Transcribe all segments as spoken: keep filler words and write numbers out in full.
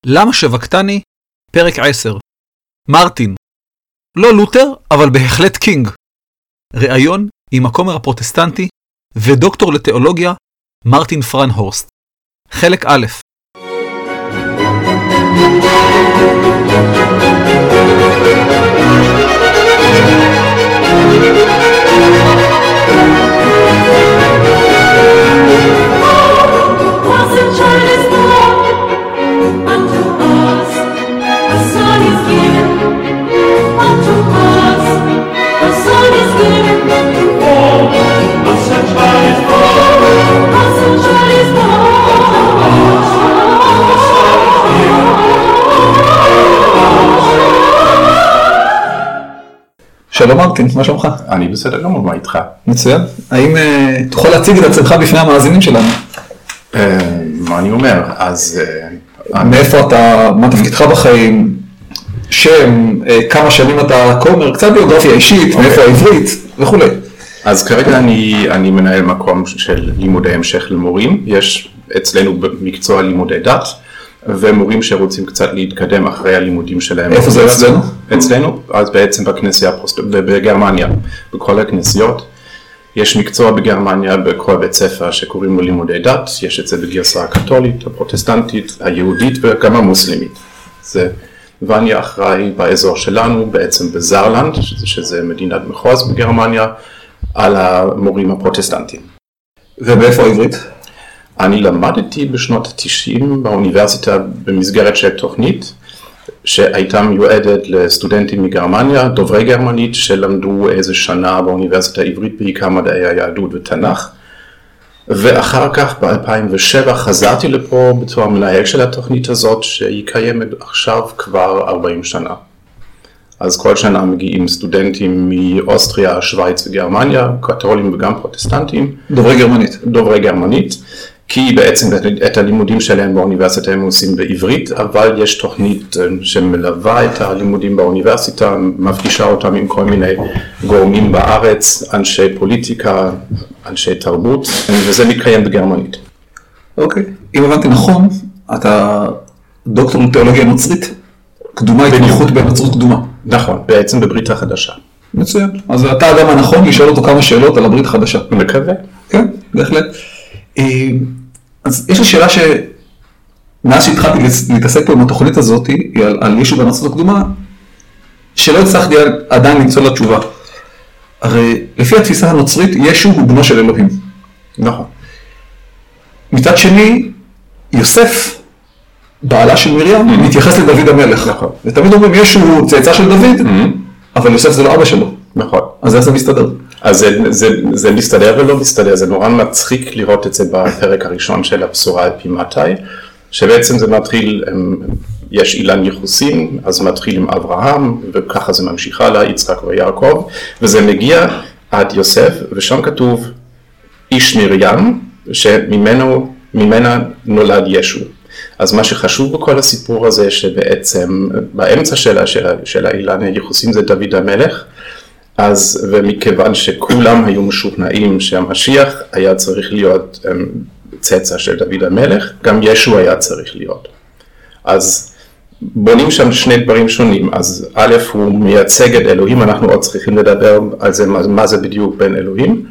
למה שבקתני? פרק עשר. מרטין. לא לותר, אבל בהחלט קינג. ראיון עם הכומר הפרוטסטנטי ודוקטור לתיאולוגיה מרטין פרנהורסט. חלק א'. שלום מרטין, מה שלומך? אני בסדר גמור, מה איתך? מצוין. האם תוכל להציג את עצמך בפני המאזינים שלנו? מה אני אומר? אז... מאיפה אתה, מה תפקידך בחיים, שם, כמה שנים אתה כומר, קצת ביוגרפיה אישית, מאיפה העברית וכו'. אז כרגע אני, אני מנהל מקום של לימודי המשך למורים. יש אצלנו במקצוע לימודי דת, ומורים שרוצים קצת להתקדם אחרי הלימודים שלהם. איפה זה אצלנו? אצלנו, אז בעצם בכנסייה הפרוטסטנטית, בגרמניה, בכל הכנסיות. יש מקצוע בגרמניה בכל בית ספר שקוראים לו לימודי דת, יש את זה בגרסה הקתולית, הפרוטסטנטית, היהודית וגם המוסלמית. זה, ואני אחראי באזור שלנו, בעצם בזרלנד, שזה מדינת מחוז בגרמניה, על המורים הפרוטסטנטים. ובאיפה העברית? אני למדתי בשנות ה-תשעים באוניברסיטה במסגרת של תוכנית שהייתה מיועדת לסטודנטים מגרמניה, דוברי גרמנית, שלמדו איזה שנה באוניברסיטה העברית, בעיקר מדעי היהדות ותנ"ך. ואחר כך ב-אלפיים ושבע חזרתי לפה בתור המנהל של התוכנית הזאת, שהיא קיימת עכשיו כבר ארבעים שנה. אז כל שנה מגיעים סטודנטים מאוסטריה, שוויץ וגרמניה, קתולים וגם פרוטסטנטים. דוברי גרמנית. דוברי גרמנית, כי בעצם את הלימודים שלהם באוניברסיטה הם עושים בעברית, אבל יש תוכנית שמלווה את הלימודים באוניברסיטה, מפגישה אותם עם כל מיני גורמים בארץ, אנשי פוליטיקה, אנשי תרבות, וזה מתקיים בגרמנית. אוקיי, אם הבנתי נכון, אתה דוקטור לתיאולוגיה נוצרית, קדומה, התמחות בנצרות קדומה. נכון, בעצם בברית החדשה. מצוין, אז אתה האדם הנכון לשאול אותו כמה שאלות על הברית החדשה. מקווה. כן, בהחלט. אז יש לי שאלה שמאז שהתחלתי להתעסק פה עם התוכנית הזאת, היא על, על ישו בנצרות הקדומה, שלא הצלחתי עדיין למצוא לה תשובה. הרי לפי התפיסה הנוצרית, ישו הוא בנו של אלוהים. נכון. מצד שני, יוסף, בעלה של מרים, mm-hmm. מתייחס לדוד המלך. נכון. ותמיד אומרים, ישו הוא צאצא של דוד, mm-hmm. אבל יוסף זה לא אבא שלו. נכון. אז איך זה מסתדר? אז זה, זה, זה מסתדר ולא מסתדר, זה נורא מצחיק לראות את זה בפרק הראשון של הבשורה על פי מתי, שבעצם זה מתחיל, יש אילן יחוסים, אז מתחיל עם אברהם, וככה זה ממשיך הלאה, יצחק ויעקב, וזה מגיע עד יוסף, ושם כתוב איש מרים, שממנו, ממנה נולד ישו. אז מה שחשוב בכל הסיפור הזה, שבעצם באמצע שלה, של, של האילן היחוסים זה דוד המלך, אז ומכיוון שכולם היו משוכנעים שהמשיח היה צריך להיות צאצא של דוד המלך, גם ישו היה צריך להיות. אז בונים שם שני דברים שונים, אז א' הוא מייצג את אלוהים, אנחנו עוד צריכים לדבר על זה, מה זה בדיוק בין אלוהים,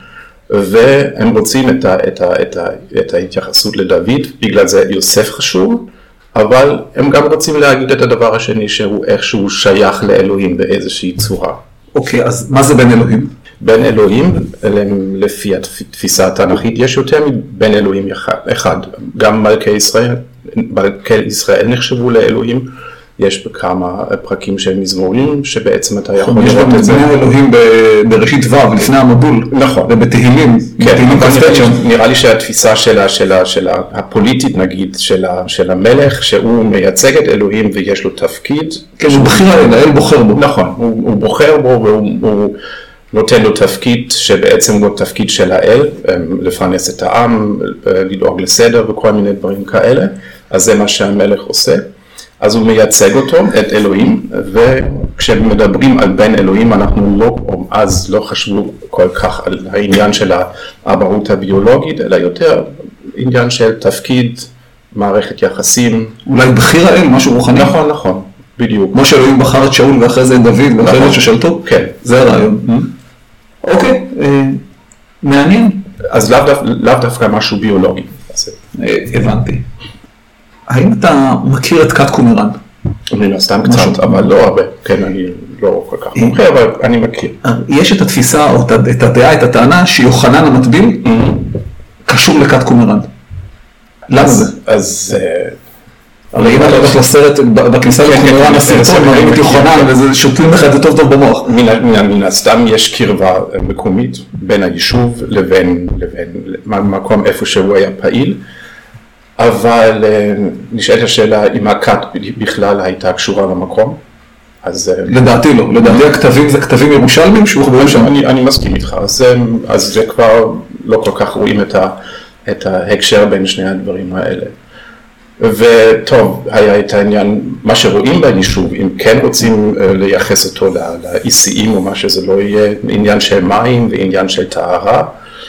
והם רוצים את, ה, את, ה, את, ה, את ההתייחסות לדוד, בגלל זה יוסף חשוב, אבל הם גם רוצים להגיד את הדבר השני, שהוא איכשהו שייך לאלוהים באיזושהי צורה. אוקיי, אז מה זה בין אלוהים? בין אלוהים, לפי התפיסה התנ"כית, יש יותר מבין אלוהים אחד. גם מלכי ישראל, מלכי ישראל נחשבו לאלוהים, יש בכמה פרקים של מזמורים, שבעצם אתה יכול לראות את זה. יש גם בני אלוהים בראשית ו' לפני המבול. נכון. ובתהילים. כן, נראה לי שהתפיסה שלה, הפוליטית נגיד, של המלך, שהוא מייצג את אלוהים ויש לו תפקיד. כן, הוא בכיר האל, האל בוחר בו. נכון, הוא בוחר בו והוא נותן לו תפקיד שבעצם הוא תפקיד של האל, לפרנס את העם, לדאוג לסדר וכל מיני דברים כאלה. אז זה מה שהמלך עושה. אז הוא מייצג אותו, את אלוהים, וכשמדברים על בן אלוהים, אנחנו לא, אז לא חשבו כל כך על העניין של האבהות הביולוגית, אלא יותר עניין של תפקיד מערכת יחסים. אולי בחיר האל, משהו רוחני. נכון, נכון, בדיוק. כמו שאלוהים בחר את שאול ואחרי זה את דוד, ואחרי זה ששלטו. כן. זה הרעיון. אוקיי, מעניין. אז לאו דווקא משהו ביולוגי. הבנתי. האם אתה מכיר את כת קומראן? מן הסתם קצת, אבל לא הרבה. כן, אני לא כל כך מומחה, אבל אני מכיר. יש את התפיסה, או את הדעה, את הטענה, שיוחנן המטביל קשור לכת קומראן. למה זה? אז... הרי אם אתה הולך לסרט, בכניסה לקומראן, הסרטון, מראים את יוחנן, וזה שותלים לך את זה טוב טוב במוח. מן הסתם יש קרבה מקומית בין היישוב לבין מקום איפה שהוא היה פעיל, אבל נשאלת השאלה אם הכת בכלל הייתה קשורה למקום. לדעתי לא, לדעתי הכתבים זה כתבים ירושלמים שהוחברו שם. אני מסכים איתך, אז זה כבר לא כל כך רואים את ההקשר בין שני הדברים האלה. וטוב, היה את העניין, מה שרואים ביישוב, אם כן רוצים לייחס אותו לאיסיים או מה שזה לא יהיה, עניין של מים ועניין של טהרה,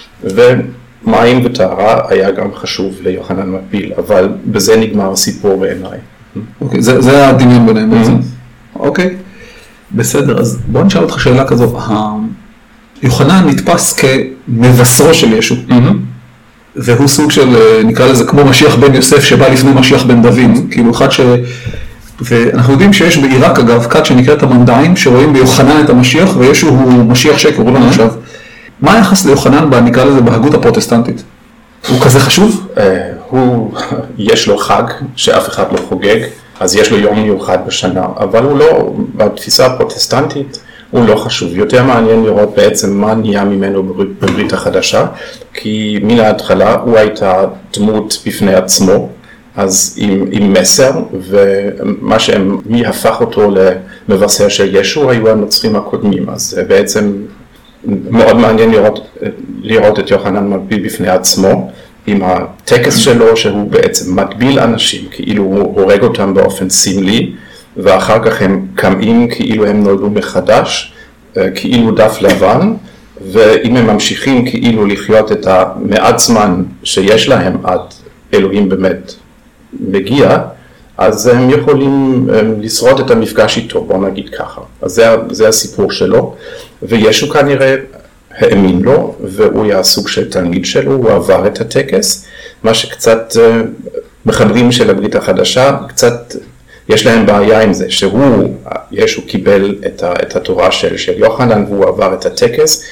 ומים וטהרה היה גם חשוב ליוחנן המטביל, אבל בזה נגמר הסיפור בעיניי. אוקיי, זה הדמיון ביניהם בעצם. אוקיי, בסדר, אז בוא נשאל אותך שאלה כזו, יוחנן נתפס כמבשרו של ישו. והוא סוג של, נקרא לזה, כמו משיח בן יוסף שבא לפני משיח בן דוד, כאילו אחד ש... ואנחנו יודעים שיש בעיראק אגב, כת שנקראת המנדעים, שרואים ביוחנן את המשיח, וישו הוא משיח שקר, הוא לא נחשב. מה היחס ליוחנן, נקרא לזה, בהגות הפרוטסטנטית? הוא כזה חשוב? הוא, יש לו חג שאף אחד לא חוגג, אז יש לו יום מיוחד בשנה, אבל הוא לא, בתפיסה הפרוטסטנטית, הוא לא חשוב. יותר מעניין לראות בעצם מה נהיה ממנו בברית החדשה, כי מן ההתחלה הוא הייתה דמות בפני עצמו, אז עם, עם מסר, ומה שהם, מי הפך אותו למבשר של ישו, היו הנוצרים הקודמים, אז בעצם מאוד מעניין לראות, לראות את יוחנן מטביל בפני עצמו, עם הטקס שלו, שהוא בעצם מטביל אנשים, כאילו הוא הורג אותם באופן סמלי, ואחר כך הם קמים כאילו הם נולדו מחדש, כאילו דף לבן, ואם הם ממשיכים כאילו לחיות את המעט זמן שיש להם עד אלוהים באמת מגיע, אז הם יכולים לשרוד את המפגש איתו, בוא נגיד ככה. אז זה, זה הסיפור שלו, וישו כנראה האמין לו, והוא היה סוג של תלמיד שלו, הוא עבר את הטקס, מה שקצת מחברים של הברית החדשה, קצת יש להם בעיה עם זה, שהוא, ישו קיבל את, ה, את התורה של, של יוחנן, והוא עבר את הטקס,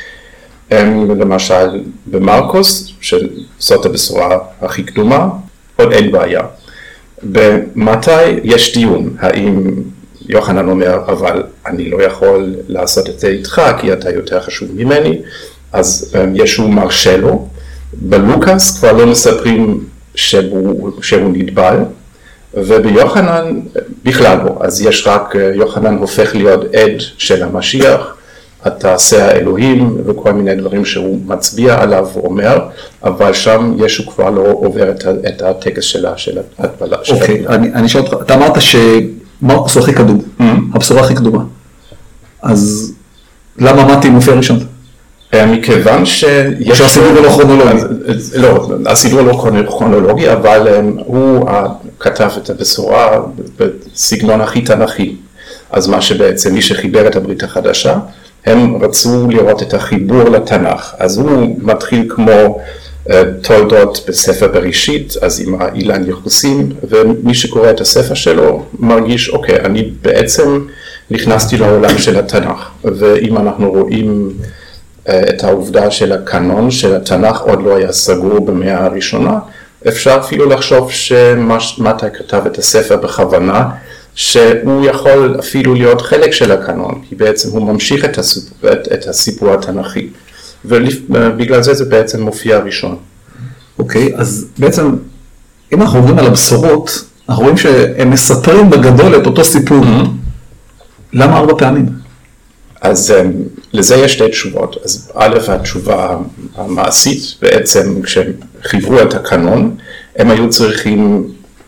למשל במרקוס, שזאת הבשורה הכי קדומה, עוד אין בעיה. במתי יש דיון, האם יוחנן אומר, אבל אני לא יכול לעשות את זה איתך, כי אתה יותר חשוב ממני, אז ישו מרשה לו. בלוקאס כבר לא מספרים שהוא, שהוא נטבל, וביוחנן בכלל לא, אז יש רק, יוחנן הופך להיות עד של המשיח, התעשה האלוהים וכל מיני דברים שהוא מצביע עליו ואומר, אבל שם ישו כבר לא עובר את, את הטקס שלה, של ההטבלה. אוקיי, אני, אני שואל אותך, אתה אמרת שמרקוס הוא הכי קדום, mm-hmm. הבשורה הכי קדומה, אז למה מתי מופיע ראשון? מכיוון שיש... שהסידור הוא לא כרונולוגי. לא, הסידור לא כרונולוגי, אבל הוא כתב את הבשורה בסגנון הכי תנכי. אז מה שבעצם מי שחיבר את הברית החדשה, הם רצו לראות את החיבור לתנ"ך. אז הוא מתחיל כמו תולדות בספר בראשית, אז עם האילן יחוסים, ומי שקורא את הספר שלו מרגיש, אוקיי, אני בעצם נכנסתי לעולם של התנ"ך, ואם אנחנו רואים את העובדה של הקנון, של התנ"ך עוד לא היה סגור במאה הראשונה, אפשר אפילו לחשוב שמתי כתב את הספר בכוונה, שהוא יכול אפילו להיות חלק של הקנון, כי בעצם הוא ממשיך את הסיפור, את הסיפור התנ"כי, ובגלל זה זה בעצם מופיע ראשון. אוקיי, אז בעצם, אם אנחנו עוברים על הבשורות, אנחנו רואים שהם מספרים בגדול את אותו סיפור. למה ארבע פעמים? אז לזה יש שתי תשובות. אז א', התשובה המעשית, בעצם כשהם חיברו את הקנון, הם היו צריכים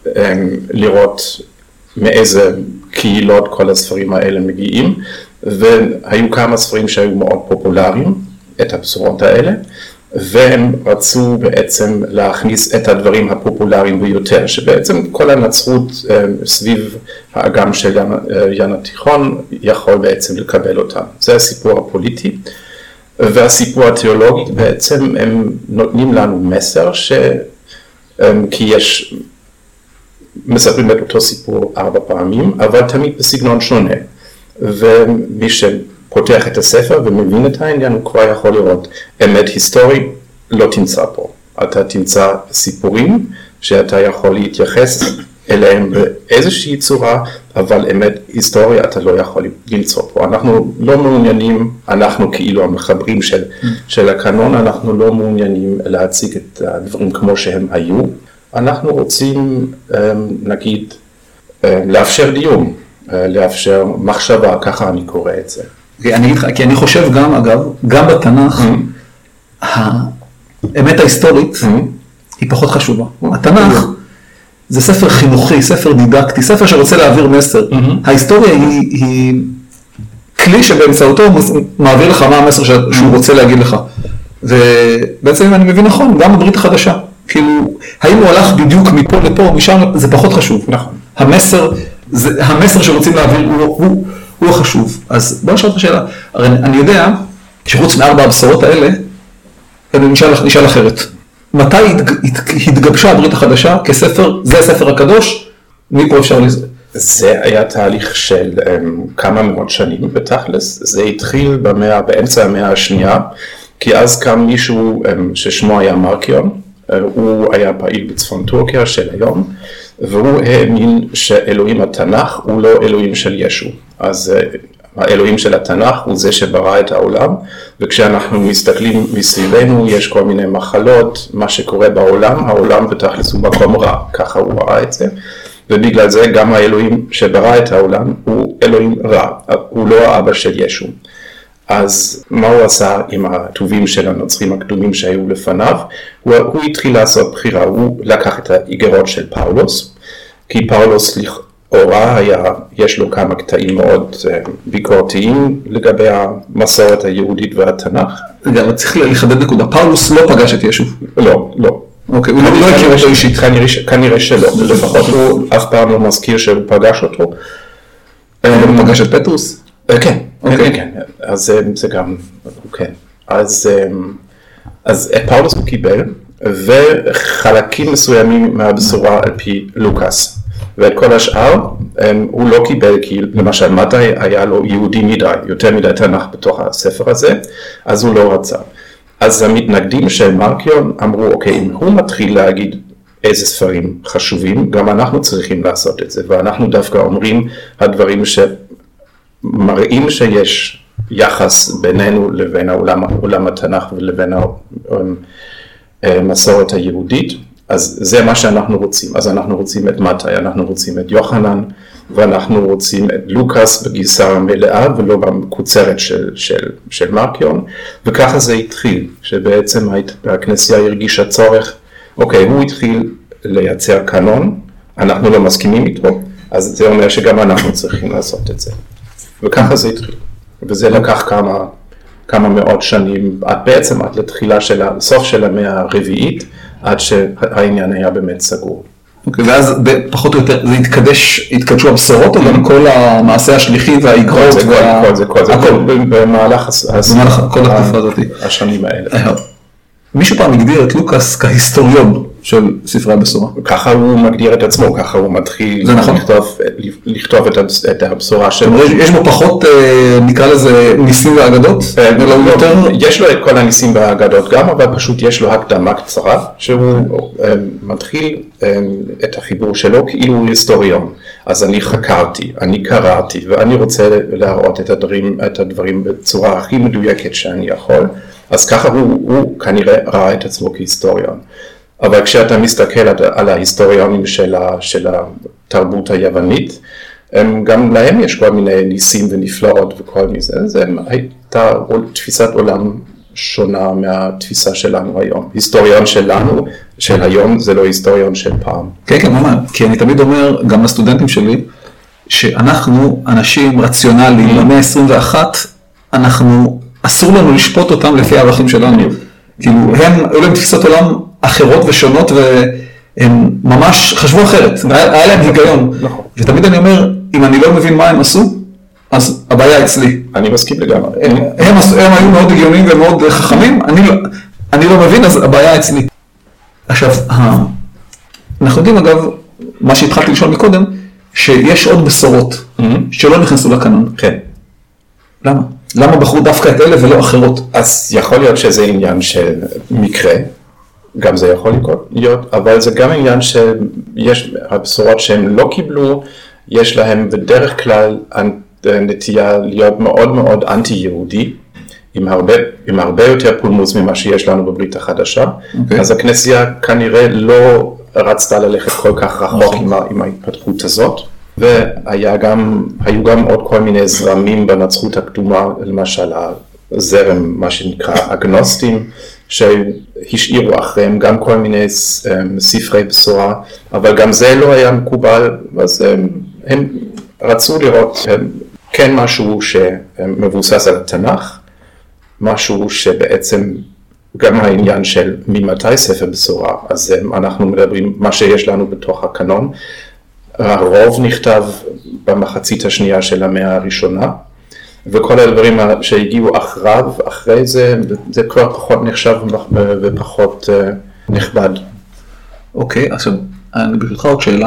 לראות מאיזה קהילות כל הספרים האלה מגיעים, והיו כמה ספרים שהיו מאוד פופולריים, את הבשורות האלה, והם רצו בעצם להכניס את הדברים הפופולריים ביותר, שבעצם כל הנצרות סביב האגם של ים התיכון יכול בעצם לקבל אותם. זה הסיפור הפוליטי, והסיפור התיאולוגי בעצם הם נותנים לנו מסר, ש... כי יש, מספרים את אותו סיפור ארבע פעמים, אבל תמיד בסגנון שונה, ומי ש... פותח את הספר ומבין את העניין, הוא כבר יכול לראות אמת היסטורי, לא תמצא פה. אתה תמצא סיפורים שאתה יכול להתייחס אליהם באיזושהי צורה, אבל אמת היסטורי אתה לא יכול למצוא פה. אנחנו לא מעוניינים, אנחנו כאילו המחברים של, של הקנון, אנחנו לא מעוניינים להציג את הדברים כמו שהם היו. אנחנו רוצים, נגיד, לאפשר דיון, לאפשר מחשבה, ככה אני קורא את זה. אני אגיד לך, כי אני חושב גם, אגב, גם בתנ"ך, האמת ההיסטורית היא פחות חשובה. התנ"ך זה ספר חינוכי, ספר דידקטי, ספר שרוצה להעביר מסר. ההיסטוריה היא כלי שבאמצעותו הוא מעביר לך מה המסר שהוא רוצה להגיד לך. ובעצם אם אני מבין נכון, גם בברית החדשה. כאילו, האם הוא הלך בדיוק מפה לפה, משם, זה פחות חשוב. נכון. המסר, המסר שרוצים להעביר הוא... הוא החשוב. אז בוא נשאל את השאלה. הרי אני יודע שחוץ מארבע הבשורות האלה, אני נשאל, נשאל אחרת. מתי התגבשה הברית החדשה כספר, זה הספר הקדוש, מי פה אפשר לזה? זה היה תהליך של um, כמה מאות שנים בתכלס. זה התחיל במאה, באמצע המאה השנייה, כי אז קם מישהו um, ששמו היה מרקיון, uh, הוא היה פעיל בצפון טורקיה של היום, והוא האמין שאלוהים התנ"ך הוא לא אלוהים של ישו. אז האלוהים של התנ"ך הוא זה שברא את העולם, וכשאנחנו מסתכלים מסביבנו יש כל מיני מחלות, מה שקורה בעולם, העולם בתכלס הוא מקום רע, ככה הוא ראה את זה, ובגלל זה גם האלוהים שברא את העולם הוא אלוהים רע, הוא לא האבא של ישו. אז מה הוא עשה עם הטובים של הנוצרים הקדומים שהיו לפניו? הוא, הוא התחיל לעשות בחירה, הוא לקח את האיגרות של פאולוס, כי פאולוס לכאורה היה, יש לו כמה קטעים מאוד ביקורתיים לגבי המסורת היהודית והתנ"ך. רגע, צריך לחדד נקודה, פאולוס לא פגש את ישו? לא, לא. אוקיי, הוא לא הכיר אותו אישית? כנראה שלא, לפחות הוא אף פעם לא מזכיר שהוא פגש אותו. הוא פגש את פטרוס? כן, כן, כן, אז זה גם, כן, אז, אז את פאולוס הוא קיבל, וחלקים מסוימים מהבשורה על פי לוקאס, ואת כל השאר הוא לא קיבל, כי למשל מתי היה לו יהודי מדי, יותר מדי תנ"ך בתוך הספר הזה, אז הוא לא רצה. אז המתנגדים של מרקיון אמרו, אוקיי, אם הוא מתחיל להגיד איזה ספרים חשובים, גם אנחנו צריכים לעשות את זה, ואנחנו דווקא אומרים הדברים ש... מראים שיש יחס בינינו לבין העולם, עולם התנ"ך ולבין המסורת היהודית, אז זה מה שאנחנו רוצים. אז אנחנו רוצים את מתי, אנחנו רוצים את יוחנן, ואנחנו רוצים את לוקאס בגרסה המלאה ולא במקוצרת של, של, של מרקיון, וככה זה התחיל, שבעצם הכנסייה הרגישה צורך, אוקיי, הוא התחיל לייצר קנון, אנחנו לא מסכימים איתו, אז זה אומר שגם אנחנו צריכים לעשות את זה. וככה זה התחיל, וזה לקח כמה, כמה מאות שנים, עד בעצם עד לתחילה של הסוף של המאה הרביעית, עד שהעניין היה באמת סגור. אוקיי, ואז פחות או יותר זה התקדש, התקדשו הבשורות, או גם כל המעשה השליחי והאיגרות? זה כל זה, כל זה, הכל. במהלך כל התקופה הזאת. השנים האלה. מישהו פעם הגדיר את לוקאס כהיסטוריון של ספרי הבשורה. ככה הוא מגדיר את עצמו, ככה הוא מתחיל נכון. לכתוב, לכתוב את, את הבשורה שלו. יש בו פחות, נקרא לזה, ניסים והאגדות? לא, יותר... יש לו את כל הניסים והאגדות גם, אבל פשוט יש לו הקדמה קצרה, שהוא מתחיל את החיבור שלו כאילו הוא היסטוריון. אז אני חקרתי, אני קראתי, ואני רוצה להראות את הדברים, את הדברים בצורה הכי מדויקת שאני יכול. אז ככה הוא, הוא כנראה ראה את עצמו כהיסטוריון. אבל כשאתה מסתכל על ההיסטוריונים של, ה, של התרבות היוונית, הם, גם להם יש כל מיני ניסים ונפלאות וכל מיני זה, זה הייתה תפיסת עולם שונה מהתפיסה שלנו היום. היסטוריון שלנו, של היום, זה לא היסטוריון של פעם. כן, כן, ממש, כי אני תמיד אומר, גם לסטודנטים שלי, שאנחנו אנשים רציונליים, במאה ה-עשרים ואחת, אנחנו, אסור לנו לשפוט אותם לפי הערכים שלנו. כאילו, הם, היו להם תפיסות עולם אחרות ושונות, והם ממש חשבו אחרת, היה להם היגיון. נכון. ותמיד אני אומר, אם אני לא מבין מה הם עשו, אז הבעיה אצלי. אני מסכים לגמרי. הם, הם, הם היו מאוד הגיונים ומאוד חכמים, אני לא, אני לא מבין, אז הבעיה אצלי. עכשיו, אנחנו יודעים אגב, מה שהתחלתי לשאול מקודם, שיש עוד בשורות שלא נכנסו לקנון. כן. למה? למה בחרו דווקא את אלה ולא אחרות? אז יכול להיות שזה עניין של מקרה, גם זה יכול להיות, אבל זה גם עניין שיש הבשורות שהם לא קיבלו, יש להם בדרך כלל נטייה להיות מאוד מאוד אנטי-יהודי, עם הרבה, עם הרבה יותר פולמוס ממה שיש לנו בברית החדשה, okay. אז הכנסייה כנראה לא רצתה ללכת כל כך רחוק okay. עם, עם ההתפתחות הזאת, והיה גם, היו גם עוד כל מיני זרמים בנצרות הקדומה, למשל הזרם, מה שנקרא אגנוסטים, שהשאירו אחריהם גם כל מיני ספרי בשורה, אבל גם זה לא היה מקובל, אז הם, הם רצו לראות כן משהו שמבוסס על התנ"ך, משהו שבעצם גם העניין של ממתי ספר בשורה, אז אנחנו מדברים מה שיש לנו בתוך הקנון, הרוב נכתב במחצית השנייה של המאה הראשונה, וכל הדברים שהגיעו אחריו, אחרי זה, זה כבר פחות נחשב ופחות נכבד. אוקיי, עכשיו, אני ברשותך עוד שאלה.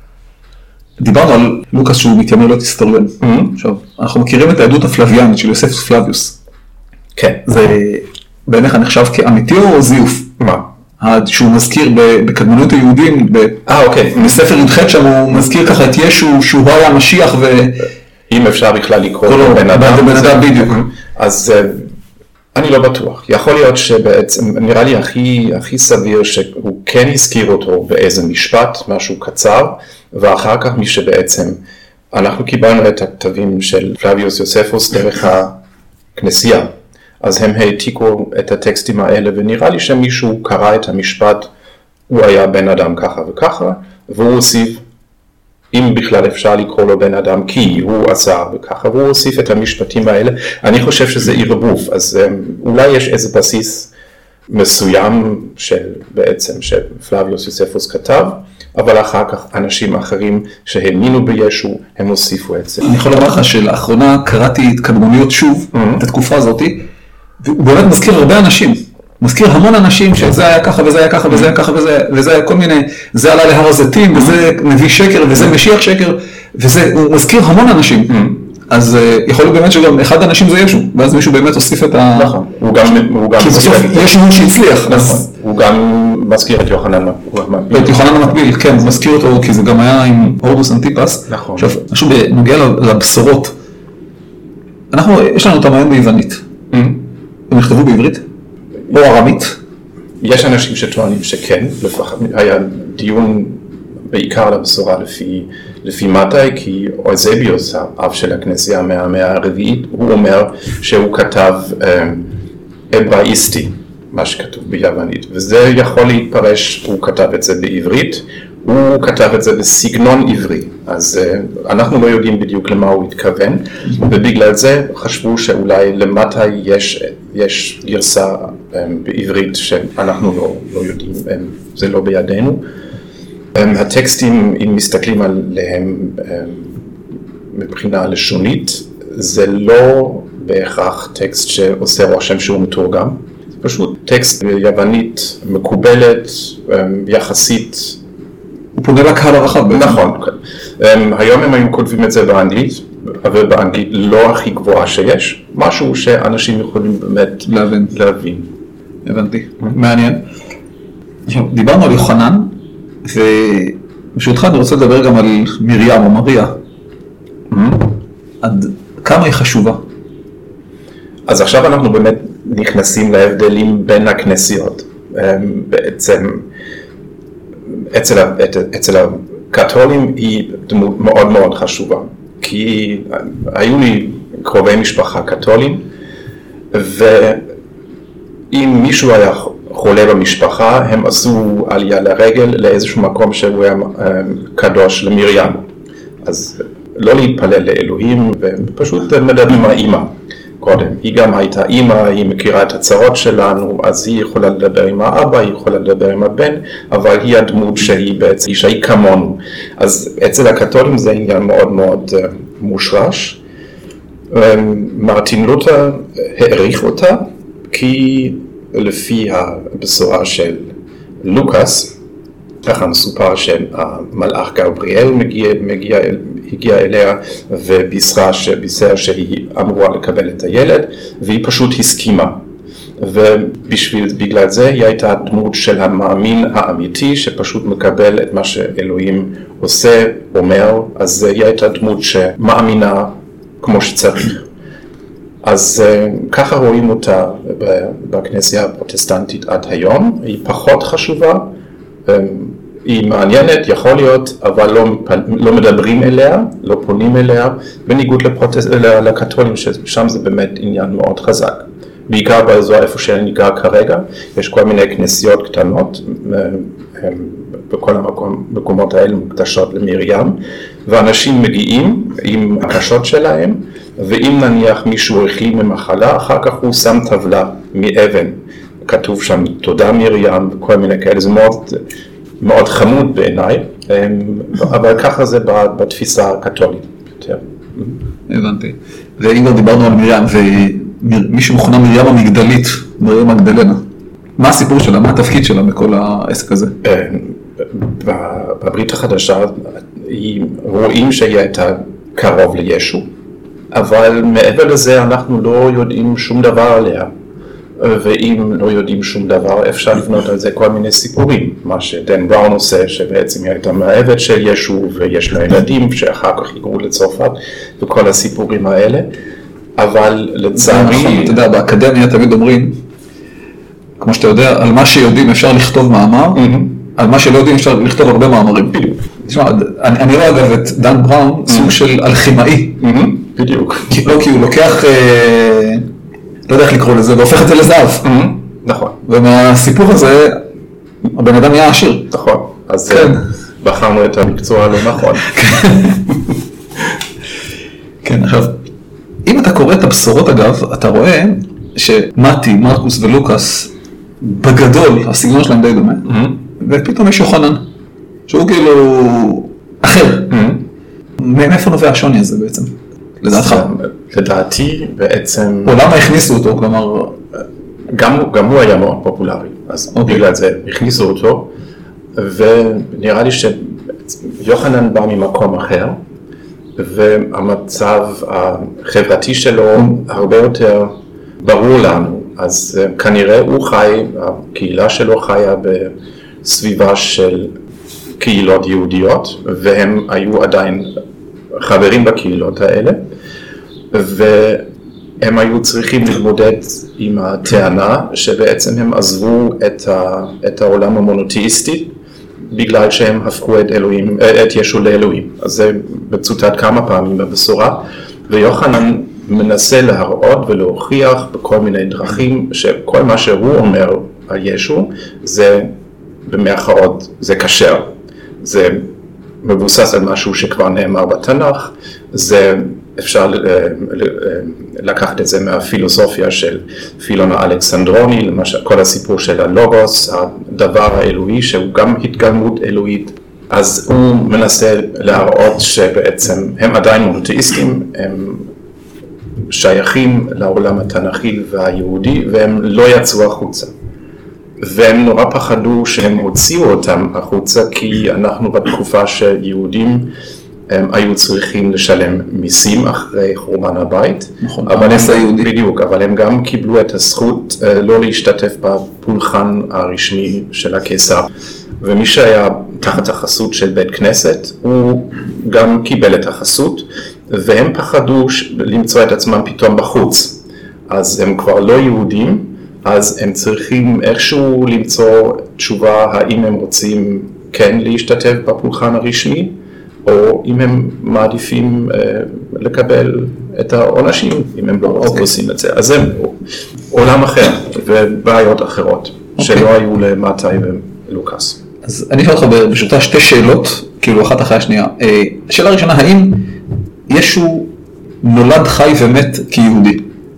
דיברנו על לוקאס שהוא מתיימר להיות היסטוריון. עכשיו, אנחנו מכירים את העדות הפלביאנית של יוספוס פלביוס. כן. זה בעיניך נחשב כאמיתי או זיוף? מה? שהוא מזכיר בקדמונות היהודים, אה, אוקיי. בספר י"ח שם הוא מזכיר ככה את ישו, שהוא היה המשיח ו... אם אפשר בכלל לקרוא לו בן אדם. בן אדם בדיוק. אז אני לא בטוח. יכול להיות שבעצם, נראה לי הכי, הכי סביר שהוא כן הזכיר אותו באיזה משפט, משהו קצר, ואחר כך מי שבעצם, אנחנו קיבלנו את הכתבים של פלביוס יוספוס דרך הכנסייה. אז הם העתיקו את הטקסטים האלה, ונראה לי שמישהו קרא את המשפט, הוא היה בן אדם ככה וככה, והוא הוסיף, אם בכלל אפשר לקרוא לו בן אדם, כי הוא עשה וככה, והוא הוסיף את המשפטים האלה. אני חושב שזה ערבוב, אז אולי יש איזה בסיס מסוים שבעצם שפלביוס יוספוס כתב, אבל אחר כך אנשים אחרים שהאמינו בישו, הם הוסיפו את זה. אני יכול לומר לך שלאחרונה קראתי את קדמוניות שוב, את התקופה הזאת, והוא באמת מזכיר הרבה אנשים, מזכיר המון אנשים שזה היה ככה וזה היה ככה וזה היה ככה וזה, וזה היה כל מיני, זה עלה להר הזיתים וזה נביא שקר וזה משיח שקר, וזה, הוא מזכיר המון אנשים. אז יכול להיות באמת שגם אחד האנשים זה ישו, ואז מישהו באמת הוסיף את ה... נכון, הוא גם... כי בסוף יש מישהו שהצליח. נכון, הוא גם מזכיר את יוחנן המקביל. את יוחנן המקביל, כן, הוא מזכיר אותו, כי זה גם היה עם הורדוס אנטיפס. נכון. עכשיו, משהו בנוגע לבשורות, אנחנו, יש לנו אותם היום ביוונית. הם נכתבו בעברית? או ארמית? יש אנשים שטוענים שכן, היה דיון בעיקר על הבשורה לפי, לפי מתי, כי אוזביוס, האב של הכנסייה מהמאה הרביעית, הוא אומר שהוא כתב אבראיסטי, מה שכתוב ביוונית, וזה יכול להתפרש, הוא כתב את זה בעברית, הוא כתב את זה בסגנון עברי, אז אנחנו לא יודעים בדיוק למה הוא התכוון, ובגלל זה חשבו שאולי למטה יש, יש גרסה בעברית שאנחנו לא, לא יודעים, זה לא בידינו. הטקסטים, אם מסתכלים עליהם מבחינה לשונית, זה לא בהכרח טקסט שעושה רושם שהוא מתורגם, זה פשוט טקסט יוונית מקובלת, יחסית, הוא פונה לקהל הרחב. נכון. היום הם היו כותבים את זה באנגלית, אבל באנגלית לא הכי גבוהה שיש, משהו שאנשים יכולים באמת להבין. להבין. הבנתי, מעניין. דיברנו על יוחנן, ובשביתך אני רוצה לדבר גם על מרים או מריה. עד כמה היא חשובה? אז עכשיו אנחנו באמת נכנסים להבדלים בין הכנסיות. בעצם, אצל, אצל הקתולים היא דמות מאוד מאוד חשובה, כי היו לי קרובי משפחה קתולים, ואם מישהו היה חולה במשפחה, הם עשו עלייה לרגל לאיזשהו מקום שהוא היה קדוש למרים. אז לא להתפלל לאלוהים, ופשוט מדברים עם האמא. קודם. היא גם הייתה אימא, היא מכירה את הצרות שלנו, אז היא יכולה לדבר עם האבא, היא יכולה לדבר עם הבן, אבל היא הדמות שהיא בעצם, שהיא כמונו. אז אצל הקתולים זה עניין מאוד מאוד uh, מושרש. Um, מרטין לותר העריך אותה, כי לפי הבשורה של לוקאס, ככה מסופר שהמלאך גבריאל מגיע, מגיע, הגיע אליה ובישרה שבישר שהיא אמורה לקבל את הילד, והיא פשוט הסכימה. ובגלל זה היא הייתה דמות של המאמין האמיתי שפשוט מקבל את מה שאלוהים עושה, אומר, אז היא הייתה דמות שמאמינה כמו שצריך. אז ככה רואים אותה בכנסייה הפרוטסטנטית עד היום, היא פחות חשובה, היא מעניינת, יכול להיות, אבל לא, לא מדברים אליה, לא פונים אליה, בניגוד לפרוטס... לקתולים ששם זה באמת עניין מאוד חזק. בעיקר באזור איפה שאני גר כרגע, יש כל מיני כנסיות קטנות, בכל המקומות האלה מוקדשות למרים, ואנשים מגיעים עם הקשות שלהם, ואם נניח מישהו החלים ממחלה, אחר כך הוא שם טבלה מאבן, כתוב שם תודה מרים וכל מיני כאלה, זה מאוד, מאוד חמוד בעיניי, אבל ככה זה בתפיסה הקתולית יותר. הבנתי. ואם כבר דיברנו על מרים, ומישהו מכונה מרים המגדלית, מרים מגדלנה, מה הסיפור שלה, מה התפקיד שלה בכל העסק הזה? בברית החדשה רואים שהיא הייתה קרוב לישו, אבל מעבר לזה אנחנו לא יודעים שום דבר עליה, ואם לא יודעים שום דבר אפשר לבנות על זה כל מיני סיפורים, מה שדן בראון עושה שבעצם היא הייתה מאהבת של ישו ויש לה ילדים שאחר כך היגרו לצרפת וכל הסיפורים האלה, אבל לצערי... אתה יודע, באקדמיה תמיד אומרים, כמו שאתה יודע, על מה שיודעים אפשר לכתוב מאמר, על מה שלא יודעים אפשר לכתוב הרבה מאמרים. תשמע, אני רואה אגב את דן בראון סוג של אלכימאי. בדיוק. לא, כי הוא לוקח, לא יודע איך לקרוא לזה, והופך את זה לזהב. נכון. ומהסיפור הזה, הבן אדם יהיה עשיר. נכון. אז בחרנו את המקצוע הלא נכון. כן, עכשיו, אם אתה קורא את הבשורות אגב, אתה רואה שמתי, מרקוס ולוקאס, בגדול, הסגנון שלהם די דומה, ופתאום יש יוחנן, שהוא כאילו אחר. מאיפה נובע השוני הזה בעצם? לדעתך? לדעתי בעצם... או למה הכניסו אותו, כלומר... גם הוא היה מאוד פופולרי, אז בגלל זה הכניסו אותו, ונראה לי שיוחנן בא ממקום אחר, והמצב החברתי שלו הרבה יותר ברור לנו, אז כנראה הוא חי, הקהילה שלו חיה בסביבה של קהילות יהודיות, והם היו עדיין חברים בקהילות האלה, והם היו צריכים להתמודד עם הטענה שבעצם הם עזבו את, ה, את העולם המונותאיסטי, בגלל שהם הפכו את, אלוהים, את ישו לאלוהים. אז זה מצוטט כמה פעמים בבשורה, ויוחנן מנסה להראות ולהוכיח בכל מיני דרכים שכל מה שהוא אומר על ישו זה במרכאות, זה כשר. זה מבוסס על משהו שכבר נאמר בתנ"ך, זה אפשר לקחת את זה מהפילוסופיה של פילון האלכסנדרוני, למשל כל הסיפור של הלוגוס, הדבר האלוהי שהוא גם התגלמות אלוהית, אז הוא מנסה להראות שבעצם הם עדיין מונותאיסטים, הם שייכים לעולם התנ"כי והיהודי והם לא יצאו החוצה. והם נורא פחדו שהם הוציאו אותם החוצה, כי אנחנו בתקופה שיהודים הם היו צריכים לשלם מיסים אחרי חורבן הבית. נכון, אבל הם, בדיוק, אבל הם גם קיבלו את הזכות לא להשתתף בפולחן הרשמי של הקיסר. ומי שהיה תחת החסות של בית כנסת, הוא גם קיבל את החסות, והם פחדו למצוא את עצמם פתאום בחוץ. אז הם כבר לא יהודים, אז הם צריכים איכשהו למצוא תשובה האם הם רוצים כן להשתתף בפולחן הרשמי, או אם הם מעדיפים אה, לקבל את העונשים, אם הם לא okay. עושים את זה. אז זה עולם אחר ובעיות אחרות, okay. שלא היו למתי ולוקאס. אז אני אשאל אותך ברשותה שתי שאלות, כאילו אחת אחרי השנייה. השאלה הראשונה, האם ישו נולד חי ומת כיהודי?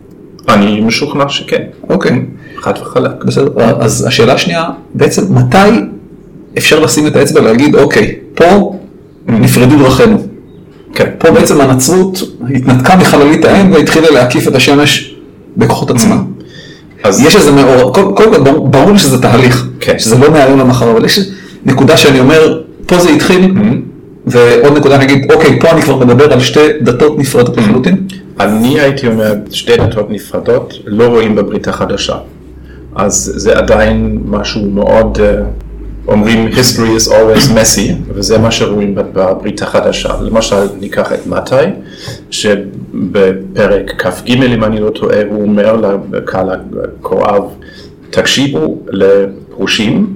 אני משוכנע שכן. אוקיי. חד וחלק. בסדר, אז השאלה השנייה, בעצם מתי אפשר לשים את האצבע ולהגיד, אוקיי, פה נפרדו דרכינו. כן. פה בעצם הנצרות התנתקה מחללית האם והתחילה להקיף את השמש בכוחות עצמה. אז יש איזה מאור, קודם כל ברור לי שזה תהליך, כן. שזה לא מהיום למחר, אבל יש נקודה שאני אומר, פה זה התחיל, ועוד נקודה נגיד, אוקיי, פה אני כבר מדבר על שתי דתות נפרדות לחלוטין. אני הייתי אומר, שתי דתות נפרדות לא רואים בברית החדשה. אז זה עדיין משהו מאוד, אומרים, history is always messy, וזה מה שרואים בברית החדשה. למשל, ניקח את מתי, שבפרק כ"ג, אם אני לא טועה, הוא אומר לקהל הקורב, תקשיבו לפרושים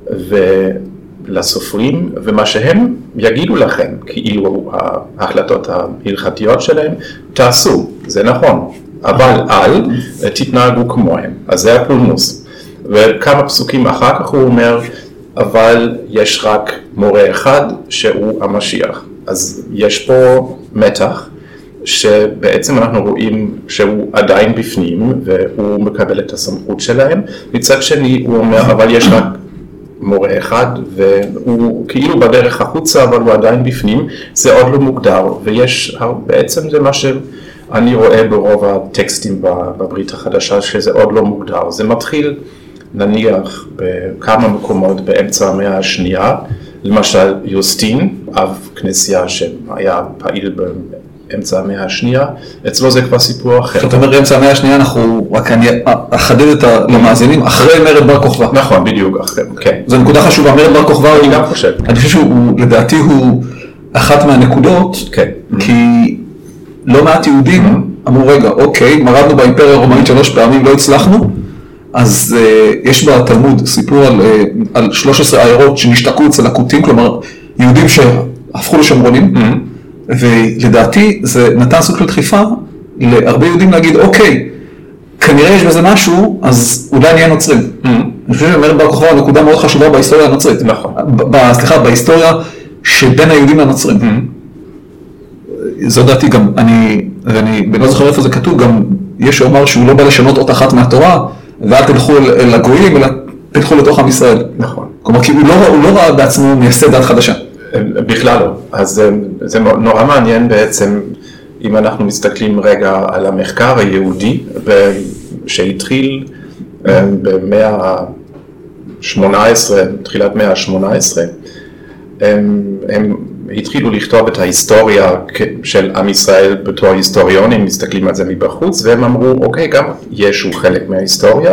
ולסופרים, ומה שהם יגידו לכם, כאילו ההחלטות ההלכתיות שלהם, תעשו, זה נכון, אבל אל תתנהגו כמוהם. אז זה הפולמוס. וכמה פסוקים אחר כך הוא אומר, אבל יש רק מורה אחד שהוא המשיח. אז יש פה מתח שבעצם אנחנו רואים שהוא עדיין בפנים והוא מקבל את הסמכות שלהם. מצד שני הוא אומר, אבל יש רק מורה אחד והוא כאילו בדרך החוצה, אבל הוא עדיין בפנים. זה עוד לא מוגדר, ויש בעצם זה מה שאני רואה ברוב הטקסטים בברית החדשה, שזה עוד לא מוגדר. זה מתחיל נניח בכמה מקומות באמצע המאה השנייה, למשל יוסטין, אב כנסייה שהיה פעיל באמצע המאה השנייה, אצלו זה כבר סיפור אחר. זאת אומרת, באמצע המאה השנייה אנחנו, רק אני אחדד את המאזינים, אחרי מרד בר כוכבא. נכון, בדיוק, אחרי, כן. זו נקודה חשובה, מרד בר כוכבא, אני גם חושב. אני חושב שהוא, לדעתי הוא אחת מהנקודות, כן. כי לא מעט יהודים אמרו, רגע, אוקיי, מרדנו באימפריה הרומאית שלוש פעמים, לא הצלחנו, אז uh, יש בתלמוד סיפור על, uh, על שלוש עשרה עיירות שנשתקו אצל הכותים, כלומר יהודים שהפכו לשומרונים, mm-hmm. ולדעתי זה נתן סוג של דחיפה להרבה יהודים להגיד, אוקיי, כנראה יש בזה משהו, אז אולי נהיה נוצרים. Mm-hmm. אני חושב שמרד בר כוכבא הוא נקודה מאוד חשובה בהיסטוריה הנוצרית. נכון. ב- סליחה, בהיסטוריה שבין היהודים לנוצרים. Mm-hmm. זו דעתי גם, אני, ואני לא זוכר איפה זה כתוב, גם יש שאומר שהוא לא בא לשנות אות אחת מהתורה, ואל תלכו אל הגויים, אלא תלכו לתוך עם ישראל. נכון. כלומר, כי הוא לא, הוא לא ראה בעצמו מייסד דת חדשה. בכלל לא. אז זה, זה נורא מעניין בעצם, אם אנחנו מסתכלים רגע על המחקר היהודי, שהתחיל במאה ה-שמונה עשרה, תחילת מאה ה-שמונה עשרה, הם, הם התחילו לכתוב את ההיסטוריה של עם ישראל בתור היסטוריונים, מסתכלים על זה מבחוץ, והם אמרו, אוקיי, גם ישו הוא חלק מההיסטוריה,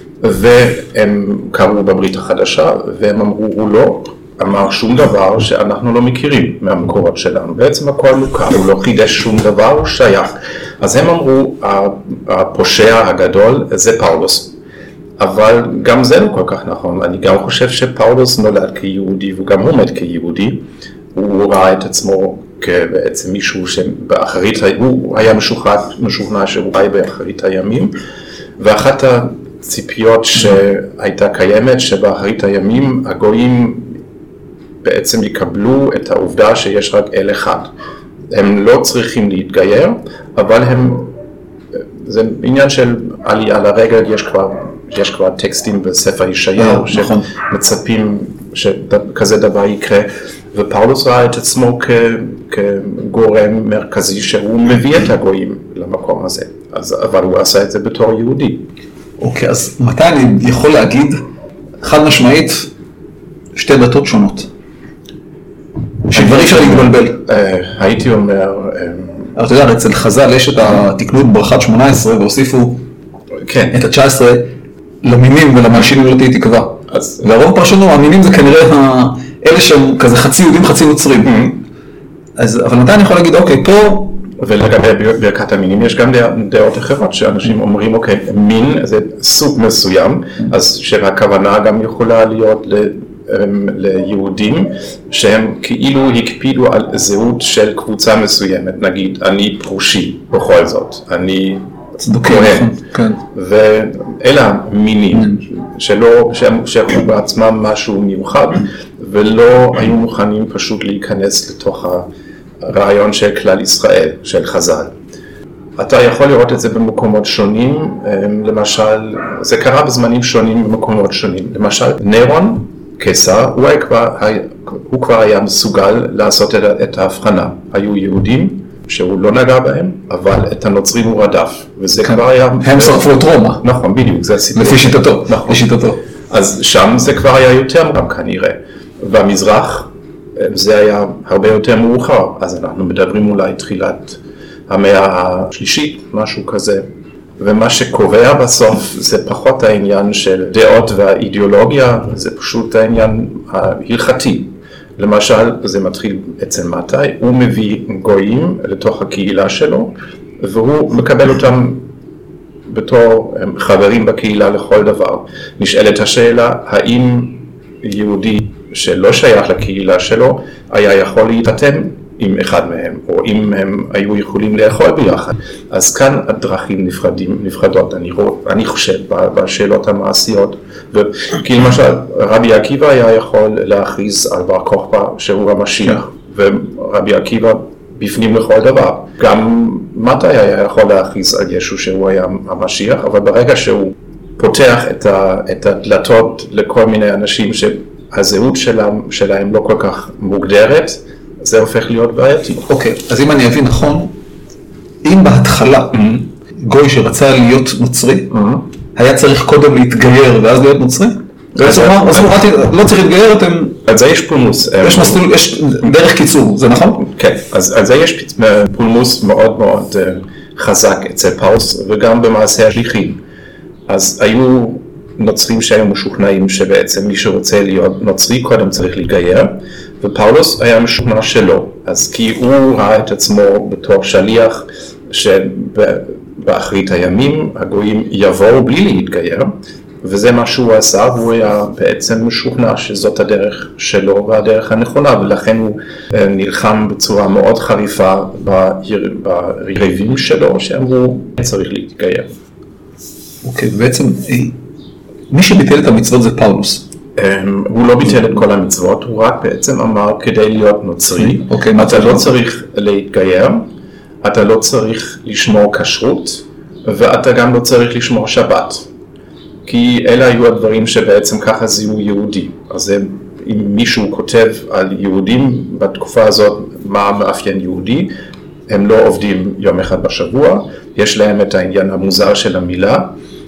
והם קראו בברית החדשה, והם אמרו, הוא לא אמר שום דבר שאנחנו לא מכירים מהמקורות שלנו. בעצם הכל מוכר, הוא לא חידש שום דבר, הוא שייך. אז הם אמרו, הפושע הגדול זה פאולוס. אבל גם זה לא כל כך נכון. אני גם חושב שפאולוס נולד כיהודי, וגם הוא מת כיהודי. הוא ראה את עצמו כבעצם מישהו שבאחרית, הוא היה משוכנע, משוכנע שהוא חי באחרית הימים, ואחת הציפיות שהייתה קיימת, שבאחרית הימים הגויים בעצם יקבלו את העובדה שיש רק אל אחד. הם לא צריכים להתגייר, אבל הם, זה עניין של עלייה לרגל, יש כבר, יש כבר טקסטים בספר ישעיהו, שמצפים שכזה דבר יקרה, ופאולוס ראה את עצמו כ, כגורם מרכזי שהוא מביא את הגויים למקום הזה, אז, אבל הוא עשה את זה בתור יהודי. אוקיי, אז מתי אני יכול להגיד חד משמעית שתי דתות שונות? שדבר אפשר להתבלבל. הייתי אומר... אתה יודע, אצל חז"ל יש את התקנות ברכת שמונה עשרה והוסיפו את ה-תשע עשרה למינים ולמלשינים לא תהיה תקווה. והרוב פרשנו, המינים זה כנראה אלה שהם כזה חצי יהודים, חצי נוצרים. אבל מתי אני יכול להגיד, אוקיי, פה... ולגבי ברכת המינים יש גם דעות אחרות שאנשים אומרים, אוקיי, מין זה סוג מסוים, אז שהכוונה גם יכולה להיות ליהודים שהם כאילו הקפידו על זהות של קבוצה מסוימת, נגיד אני פרושי בכל זאת, אני כהן, ואלה מינים שלא, שהיו בעצמם משהו מיוחד ולא היו מוכנים פשוט להיכנס לתוך הרעיון של כלל ישראל, של חז"ל. אתה יכול לראות את זה במקומות שונים, למשל, זה קרה בזמנים שונים במקומות שונים. למשל, נירון, קיסר, הוא, כבר, הוא כבר היה מסוגל לעשות את, את ההבחנה. היו יהודים שהוא לא נגע בהם, אבל את הנוצרים הוא רדף. וזה כן. כבר היה... הם שרפו את רומא. נכון, בדיוק, זה הסיפור. לפי שיטתו. נכון. לשיטתו. אז שם זה כבר היה יותר גם כנראה. והמזרח, זה היה הרבה יותר מאוחר. אז אנחנו מדברים אולי תחילת המאה השלישית, משהו כזה. ומה שקובע בסוף זה פחות העניין של דעות והאידיאולוגיה, זה פשוט העניין ההלכתי. למשל, זה מתחיל אצל מתי, הוא מביא גויים לתוך הקהילה שלו, והוא מקבל אותם בתור חברים בקהילה לכל דבר. נשאלת השאלה, האם יהודי שלא שייך לקהילה שלו, היה יכול להתאתם עם אחד מהם, או אם הם היו יכולים לאכול ביחד. אז כאן הדרכים נפרדים, נפרדות, אני, אני חושב, בשאלות המעשיות. כי למשל, רבי עקיבא היה יכול להכריז על בר כוכבא שהוא המשיח, ורבי עקיבא בפנים לכל דבר. גם מתי היה יכול להכריז על ישו שהוא היה המשיח, אבל ברגע שהוא פותח את, ה, את הדלתות לכל מיני אנשים שהזהות שלהם, שלהם לא כל כך מוגדרת, זה הופך להיות בעייתי. אוקיי, אז אם אני אבין נכון, אם בהתחלה גוי שרצה להיות נוצרי, היה צריך קודם להתגייר ואז להיות נוצרי? אז הוא אמר, לא צריך להתגייר, אתם... על זה יש פולמוס. יש מסלול, יש דרך קיצור, זה נכון? כן, אז על זה יש פולמוס מאוד מאוד חזק אצל פאולוס, וגם במעשה השליחים. אז היו נוצרים שהיו משוכנעים שבעצם מי שרוצה להיות נוצרי קודם צריך להתגייר, ופאולוס היה משוכנע שלא, אז כי הוא ראה את עצמו בתור שליח שבאחרית הימים הגויים יבואו בלי להתגייר, וזה מה שהוא עשה, והוא היה בעצם משוכנע שזאת הדרך שלו והדרך הנכונה, ולכן הוא נלחם בצורה מאוד חריפה ביריבים שלו, שאמרו צריך להתגייר. אוקיי, בעצם מי שביטל את המצוות זה פאולוס. הוא לא ביטל את כל המצוות, הוא רק בעצם אמר כדי להיות נוצרי, okay, אתה לא צריך להתגייר, אתה לא צריך לשמור כשרות, ואתה גם לא צריך לשמור שבת. כי אלה היו הדברים שבעצם ככה זיהו יהודי. אז אם מישהו כותב על יהודים בתקופה הזאת, מה מאפיין יהודי, הם לא עובדים יום אחד בשבוע, יש להם את העניין המוזר של המילה,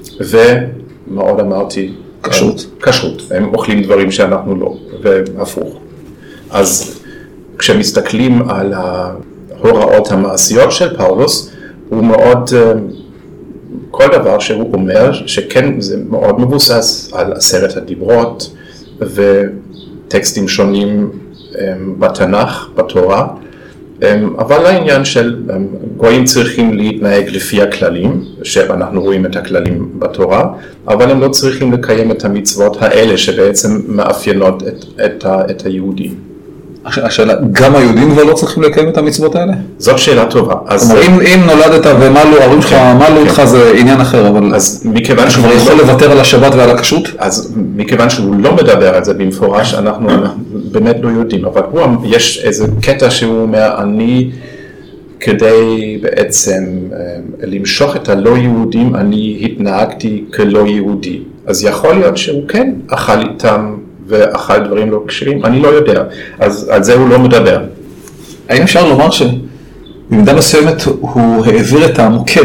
ומה עוד אמרתי? כשרות. כשרות, הם אוכלים דברים שאנחנו לא, והפוך. אז כשמסתכלים על ההוראות המעשיות של פאולוס, הוא מאוד, כל דבר שהוא אומר, שכן זה מאוד מבוסס על עשרת הדיברות, וטקסטים שונים בתנ"ך, בתורה, אבל העניין של גויים צריכים להתנהג לפי הכללים, שאנחנו רואים את הכללים בתורה, אבל הם לא צריכים לקיים את המצוות האלה שבעצם מאפיינות את, את, את היהודים. השאלה, גם היהודים כבר לא צריכים לקיים את המצוות האלה? זאת שאלה טובה. אז אם, אם נולדת ומה לא, ההורים שלך, מה לא איתך זה עניין אחר, אבל אז מכיוון שהוא יכול לא... לוותר על השבת ועל הכשרות? אז מכיוון שהוא לא מדבר על זה במפורש, אנחנו, אנחנו באמת לא יודעים, אבל הוא, יש איזה קטע שהוא אומר, אני כדי בעצם למשוך את הלא יהודים, אני התנהגתי כלא יהודי. אז יכול להיות שהוא כן אכל איתם, ואכל דברים לא כשרים, אני לא יודע, אז על זה הוא לא מדבר. האם אפשר לומר שבמידה מסוימת הוא העביר את המוקד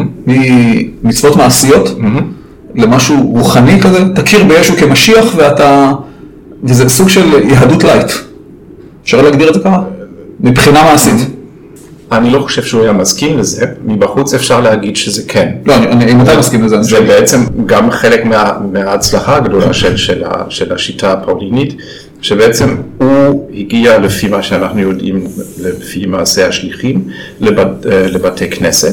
ממצוות מעשיות למשהו רוחני כזה, תכיר בישו כמשיח ואתה, וזה סוג של יהדות לייט, אפשר להגדיר את זה ככה? מבחינה מעשית. אני לא חושב שהוא היה מסכים לזה, מבחוץ אפשר להגיד שזה כן. לא, אני מתי מסכים לזה. זה בעצם גם חלק מה, מההצלחה הגדולה של, של, של השיטה הפאולינית, שבעצם הוא הגיע לפי מה שאנחנו יודעים, לפי מעשה השליחים, לבת, לבתי כנסת,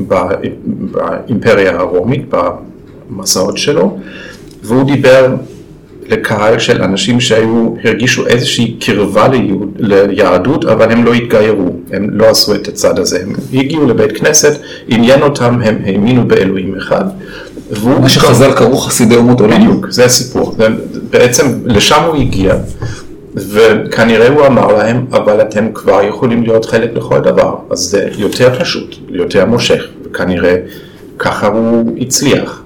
באימפריה הרומית, במסעות שלו, והוא דיבר לקהל של אנשים שהיו, הרגישו איזושהי קרבה ליהוד, ליהדות, אבל הם לא התגיירו, הם לא עשו את הצד הזה, הם הגיעו לבית כנסת, עניין אותם, הם האמינו באלוהים אחד. מה שחז"ל קראו חסידי אומות עולם. בדיוק, זה הסיפור. בעצם לשם הוא הגיע, וכנראה הוא אמר להם, אבל אתם כבר יכולים להיות חלק לכל דבר, אז זה יותר פשוט, יותר מושך, וכנראה ככה הוא הצליח.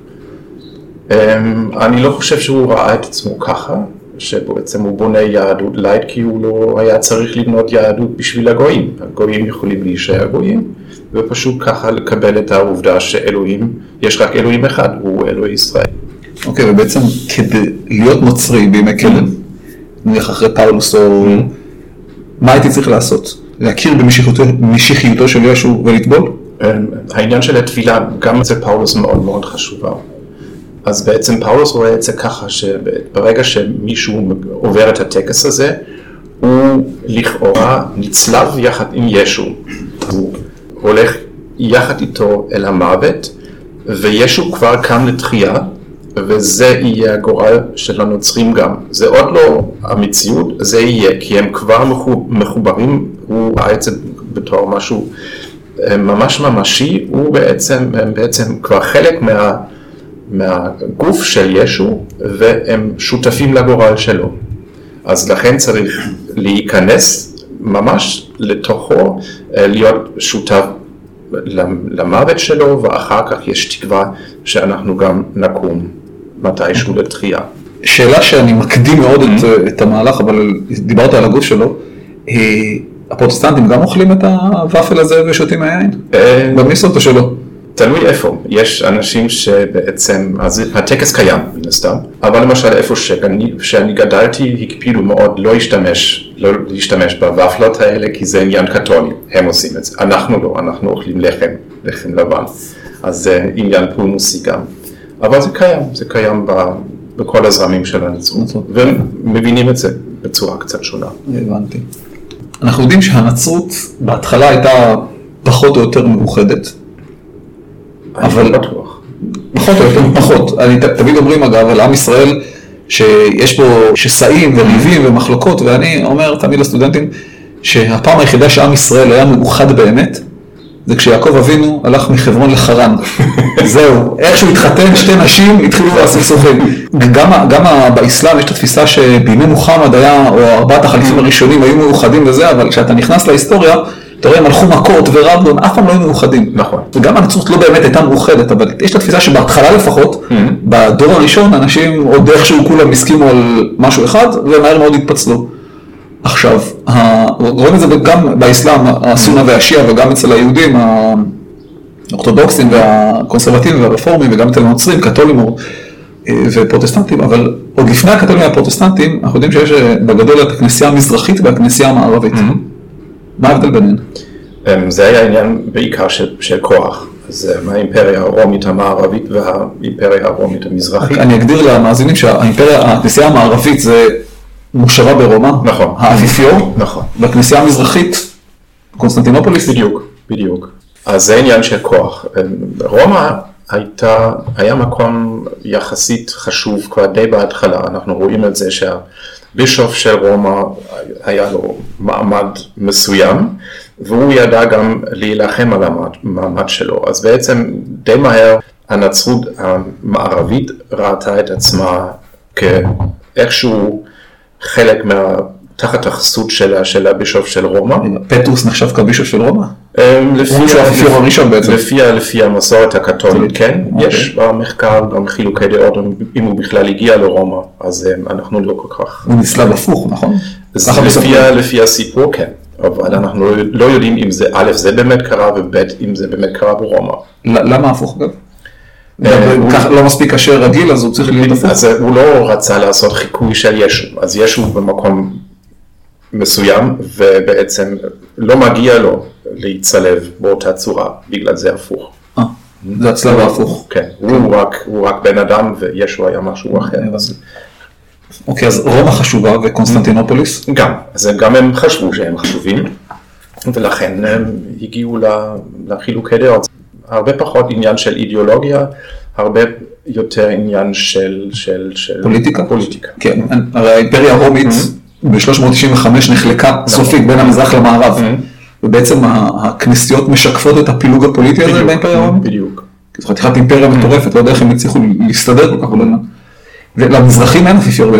אני לא חושב שהוא ראה את עצמו ככה, שבעצם הוא בונה יהדות לייט, כי הוא לא היה צריך לבנות יהדות בשביל הגויים. הגויים יכולים להישאר גויים, ופשוט ככה לקבל את העובדה שאלוהים, יש רק אלוהים אחד, הוא אלוהי ישראל. אוקיי, okay, ובעצם כדי להיות נוצרי בימי קדם, נניח אחרי פאולוס או... מה הייתי צריך לעשות? להכיר במשיחיותו של ישו ולטבול? העניין של התפילה, גם אצל פאולוס מאוד מאוד חשובה. אז בעצם פאולוס רואה את זה ככה, שברגע שמישהו עובר את הטקס הזה, הוא לכאורה נצלב יחד עם ישו. הוא הולך יחד איתו אל המוות, וישו כבר קם לתחייה, וזה יהיה הגורל של הנוצרים גם. זה עוד לא המציאות, זה יהיה, כי הם כבר מחוברים, הוא ראה את זה בתור משהו ממש ממשי, הוא בעצם, הם בעצם כבר חלק מה... מהגוף של ישו, והם שותפים לגורל שלו. אז לכן צריך להיכנס ממש לתוכו, להיות שותף למוות שלו, ואחר כך יש תקווה שאנחנו גם נקום מתישהו לתחייה. שאלה שאני מקדים מאוד את, את המהלך, אבל דיברת על הגוף שלו, הפרוטסטנטים גם אוכלים את הוואפל הזה ושותים מהיין? במיסות או שלא? תלוי איפה, יש אנשים שבעצם, אז הטקס קיים מן הסתם, אבל למשל איפה שאני, שאני גדלתי הקפידו מאוד לא להשתמש, לא להשתמש בוואפלות האלה, כי זה עניין קתולי, הם עושים את זה, אנחנו לא, אנחנו אוכלים לחם, לחם לבן, אז זה עניין פולמוסי גם, אבל זה קיים, זה קיים ב, בכל הזרמים של הנצרות, ומבינים את זה בצורה קצת שונה. הבנתי. אנחנו יודעים שהנצרות בהתחלה הייתה פחות או יותר מאוחדת, אבל בטוח. פחות או יותר, פחות. אני תמיד אומרים אגב על עם ישראל שיש פה שסעים וריבים ומחלוקות, ואני אומר תמיד לסטודנטים שהפעם היחידה שעם ישראל היה מאוחד באמת, זה כשיעקב אבינו הלך מחברון לחרן. זהו, איך שהוא התחתן שתי נשים התחילו הסכסוכים. גם, גם באסלאם יש את התפיסה שבימי מוחמד היה, או ארבעת החליפים הראשונים היו מאוחדים לזה, אבל כשאתה נכנס להיסטוריה, אתה רואה, הם הלכו מכות ורבו, אף פעם לא היו מאוחדים. נכון. וגם הנצרות לא באמת הייתה מאוחדת, אבל יש את התפיסה שבהתחלה לפחות, בדור הראשון, אנשים עוד איכשהו כולם הסכימו על משהו אחד, ומהר מאוד התפצלו. עכשיו, רואים את זה גם באסלאם, הסונה והשיעה, וגם אצל היהודים, האורתודוקסים והקונסרבטיבים והרפורמים, וגם אצל הנוצרים, קתולים ופרוטסטנטים, אבל עוד לפני הקתולים והפרוטסטנטים, אנחנו יודעים שיש בגדול את הכנסייה המזרחית והכנסייה המערבית. מה ההבדל ביניהן? זה היה עניין בעיקר של, של כוח. אז מהאימפריה הרומית המערבית והאימפריה הרומית המזרחית. אני אגדיר למאזינים שהאימפריה, הכנסייה המערבית זה מושבה ברומא. נכון. האפיפיור. נכון. והכנסייה המזרחית, קונסטנטינופוליס. בדיוק, בדיוק. אז זה עניין של כוח. רומא הייתה, היה מקום יחסית חשוב כבר די בהתחלה. אנחנו רואים את זה שה... בישוף של רומא היה לו מעמד מסוים, והוא ידע גם להילחם על המעמד שלו. אז בעצם די מהר הנצרות המערבית ראתה את עצמה כאיכשהו חלק מה... תחת החסות שלה, של הבישוף של רומא. פטרוס נחשב כבישוף של רומא? לפי המסורת הקתולית, כן. יש במחקר גם חילוקי דעות, אם הוא בכלל הגיע לרומא, אז אנחנו לא כל כך... הוא נסלב הפוך, נכון? לפי הסיפור, כן. אבל אנחנו לא יודעים אם זה, א', זה באמת קרה, וב', אם זה באמת קרה ברומא. למה הפוך, אגב? לא מספיק כאשר רגיל, אז הוא צריך להיות הפוך. אז הוא לא רצה לעשות חיקוי של ישו, אז ישו במקום מסוים, ובעצם לא מגיע לו להצלב באותה צורה, בגלל זה הפוך. אה, זה הצלב ההפוך. כן, הוא רק בן אדם, וישו היה משהו אחר. אוקיי, אז רומא חשובה וקונסטנטינופוליס? גם, אז גם הם חשבו שהם חשובים, ולכן הם הגיעו לחילוקי דעות. הרבה פחות עניין של אידיאולוגיה, הרבה יותר עניין של... פוליטיקה? פוליטיקה. כן, הרי האימפריה הרומית ב-שלוש מאות תשעים וחמש נחלקה סופית בין המזרח למערב, ובעצם הכנסיות משקפות את הפילוג הפוליטי הזה באימפריה הרומית? בדיוק. זו חתיכת אימפריה מטורפת, לא יודע איך הם הצליחו להסתדר כל כך הרבה. ולמזרחים אין אפיפיור בעצם.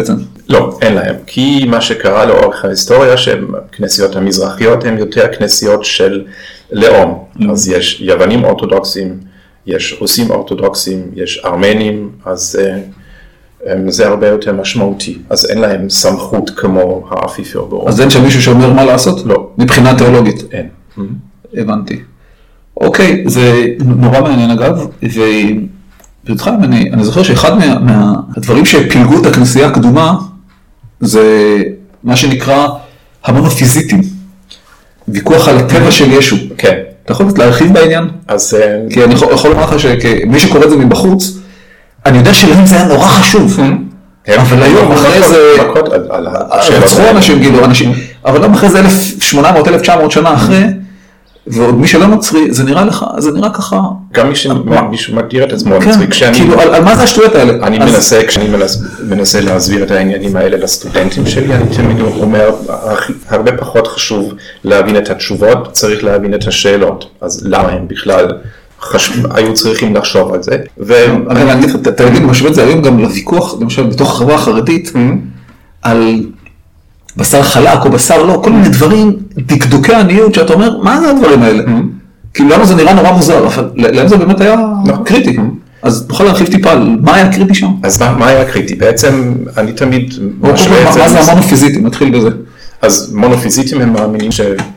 לא, אין להם, כי מה שקרה לאורך ההיסטוריה, שהכנסיות המזרחיות הן יותר כנסיות של לאום, אז יש יוונים אורתודוקסים, יש רוסים אורתודוקסים, יש ארמנים, אז זה הרבה יותר משמעותי, אז אין להם סמכות כמו האפיפיור ברוב. אז אין שם מישהו שאומר מה לעשות? לא. מבחינה תיאולוגית? אין. הבנתי. אוקיי, זה נורא מעניין אגב, וברשותך, אני, אני זוכר שאחד מה, מהדברים שפילגו את הכנסייה הקדומה, זה מה שנקרא המונופיזיטים, ויכוח על הטבע של ישו. כן. אתה יכול להרחיב בעניין? אז... כי אני יכול, יכול לומר לך שמי שקורא את זה מבחוץ, אני יודע שלהם זה היה נורא חשוב, אבל היום אחרי זה, רצחו אנשים, גילו, אנשים, אבל גם אחרי זה אלף שמונה מאות אלף תשע מאות שנה אחרי, ועוד מי שלא נוצרי, זה נראה לך, זה נראה ככה. גם מי שמגדיר את עצמו נוצרי, כאילו, על מה זה השטויות האלה? אני מנסה, כשאני מנסה להסביר את העניינים האלה לסטודנטים שלי, אני תמיד אומר, הרבה פחות חשוב להבין את התשובות, צריך להבין את השאלות, אז למה הם בכלל היו צריכים לחשוב על זה. אני אגיד לך, אתה יודע, משווה את זה היום גם לוויכוח, למשל, בתוך החברה החרדית, על בשר חלק או בשר לא, כל מיני דברים, דקדוקי עניות, שאתה אומר, מה זה הדברים האלה? כאילו, לנו זה נראה נורא מוזר, אבל להם זה באמת היה קריטי. אז נוכל להרחיב טיפה על מה היה קריטי שם? אז מה היה קריטי? בעצם, אני תמיד משווה את זה. מה זה המונופיזיטים? נתחיל בזה. אז מונופיזיטים הם מאמינים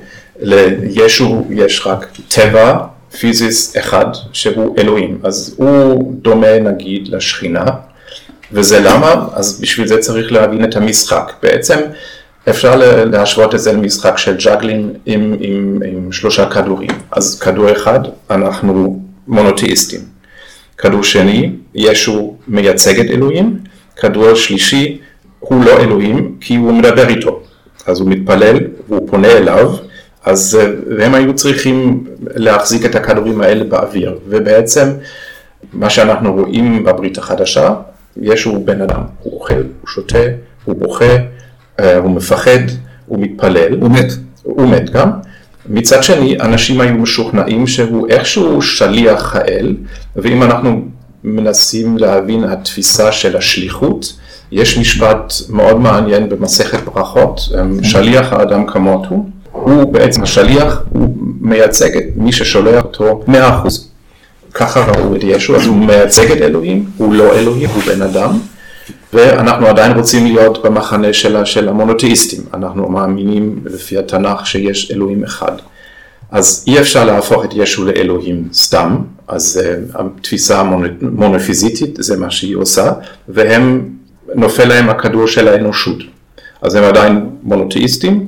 שלישו יש רק טבע, פיזיס אחד, שהוא אלוהים. אז הוא דומה נגיד לשכינה, וזה למה? אז בשביל זה צריך להבין את המשחק. בעצם אפשר להשוות את זה למשחק של ג'אגלין עם, עם, עם שלושה כדורים. אז כדור אחד, אנחנו מונותאיסטים. כדור שני, ישו מייצג את אלוהים. כדור שלישי, הוא לא אלוהים, כי הוא מדבר איתו. אז הוא מתפלל, והוא פונה אליו, אז הם היו צריכים להחזיק את הכדורים האלה באוויר. ובעצם מה שאנחנו רואים בברית החדשה, ישו בן אדם, הוא אוכל, הוא שותה, הוא בוכה, הוא מפחד, הוא מתפלל. הוא מת. הוא מת גם. מצד שני, אנשים היו משוכנעים שהוא איכשהו שליח האל, ואם אנחנו מנסים להבין התפיסה של השליחות, יש משפט מאוד מעניין במסכת ברכות, שליח האדם כמותו, הוא בעצם השליח, הוא מייצג את מי ששולח אותו מאה אחוז. ככה ראו את ישו, אז הוא מייצג את אלוהים, הוא לא אלוהים, הוא בן אדם, ואנחנו עדיין רוצים להיות במחנה של, של המונותאיסטים, אנחנו מאמינים לפי התנ"ך שיש אלוהים אחד. אז אי אפשר להפוך את ישו לאלוהים סתם, אז uh, התפיסה המונופיזיטית זה מה שהיא עושה, והם נופל להם הכדור של האנושות. אז הם עדיין מונותאיסטים,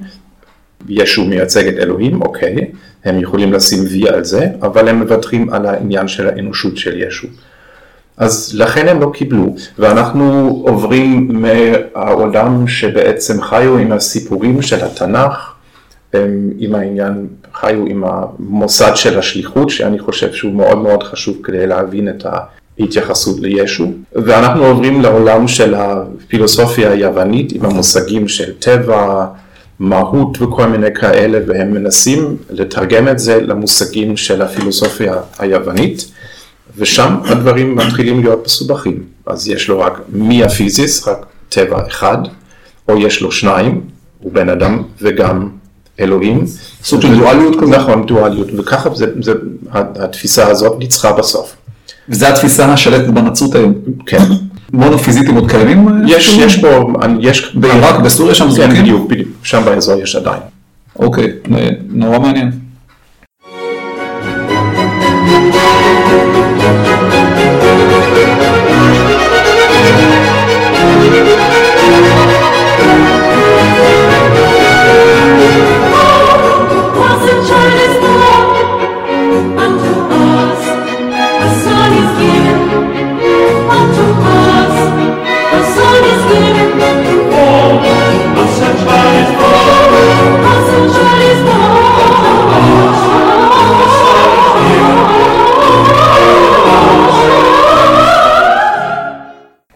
ישו מייצג את אלוהים, אוקיי, הם יכולים לשים וי על זה, אבל הם מוותרים על העניין של האנושות של ישו. אז לכן הם לא קיבלו, ואנחנו עוברים מהעולם שבעצם חיו עם הסיפורים של התנ"ך, עם העניין, חיו עם המוסד של השליחות, שאני חושב שהוא מאוד מאוד חשוב כדי להבין את ההתייחסות לישו, ואנחנו עוברים לעולם של הפילוסופיה היוונית, עם המושגים של טבע, מהות וכל מיני כאלה, והם מנסים לתרגם את זה למושגים של הפילוסופיה היוונית, ושם הדברים מתחילים להיות מסובכים. אז יש לו רק מי הפיזיס, רק טבע אחד, או יש לו שניים, הוא בן אדם וגם אלוהים. סוג של דואליות כזה? נכון, דואליות, וככה זה, זה, התפיסה הזאת ניצחה בסוף. וזו התפיסה השלטת בנצרות היום? כן. מונופיזיטים עוד קיימים? יש, יש פה, יש... בעיראק, בסוריה שם זוקים? כן, בדיוק, בדיוק, שם באזור יש עדיין. אוקיי, נורא מעניין.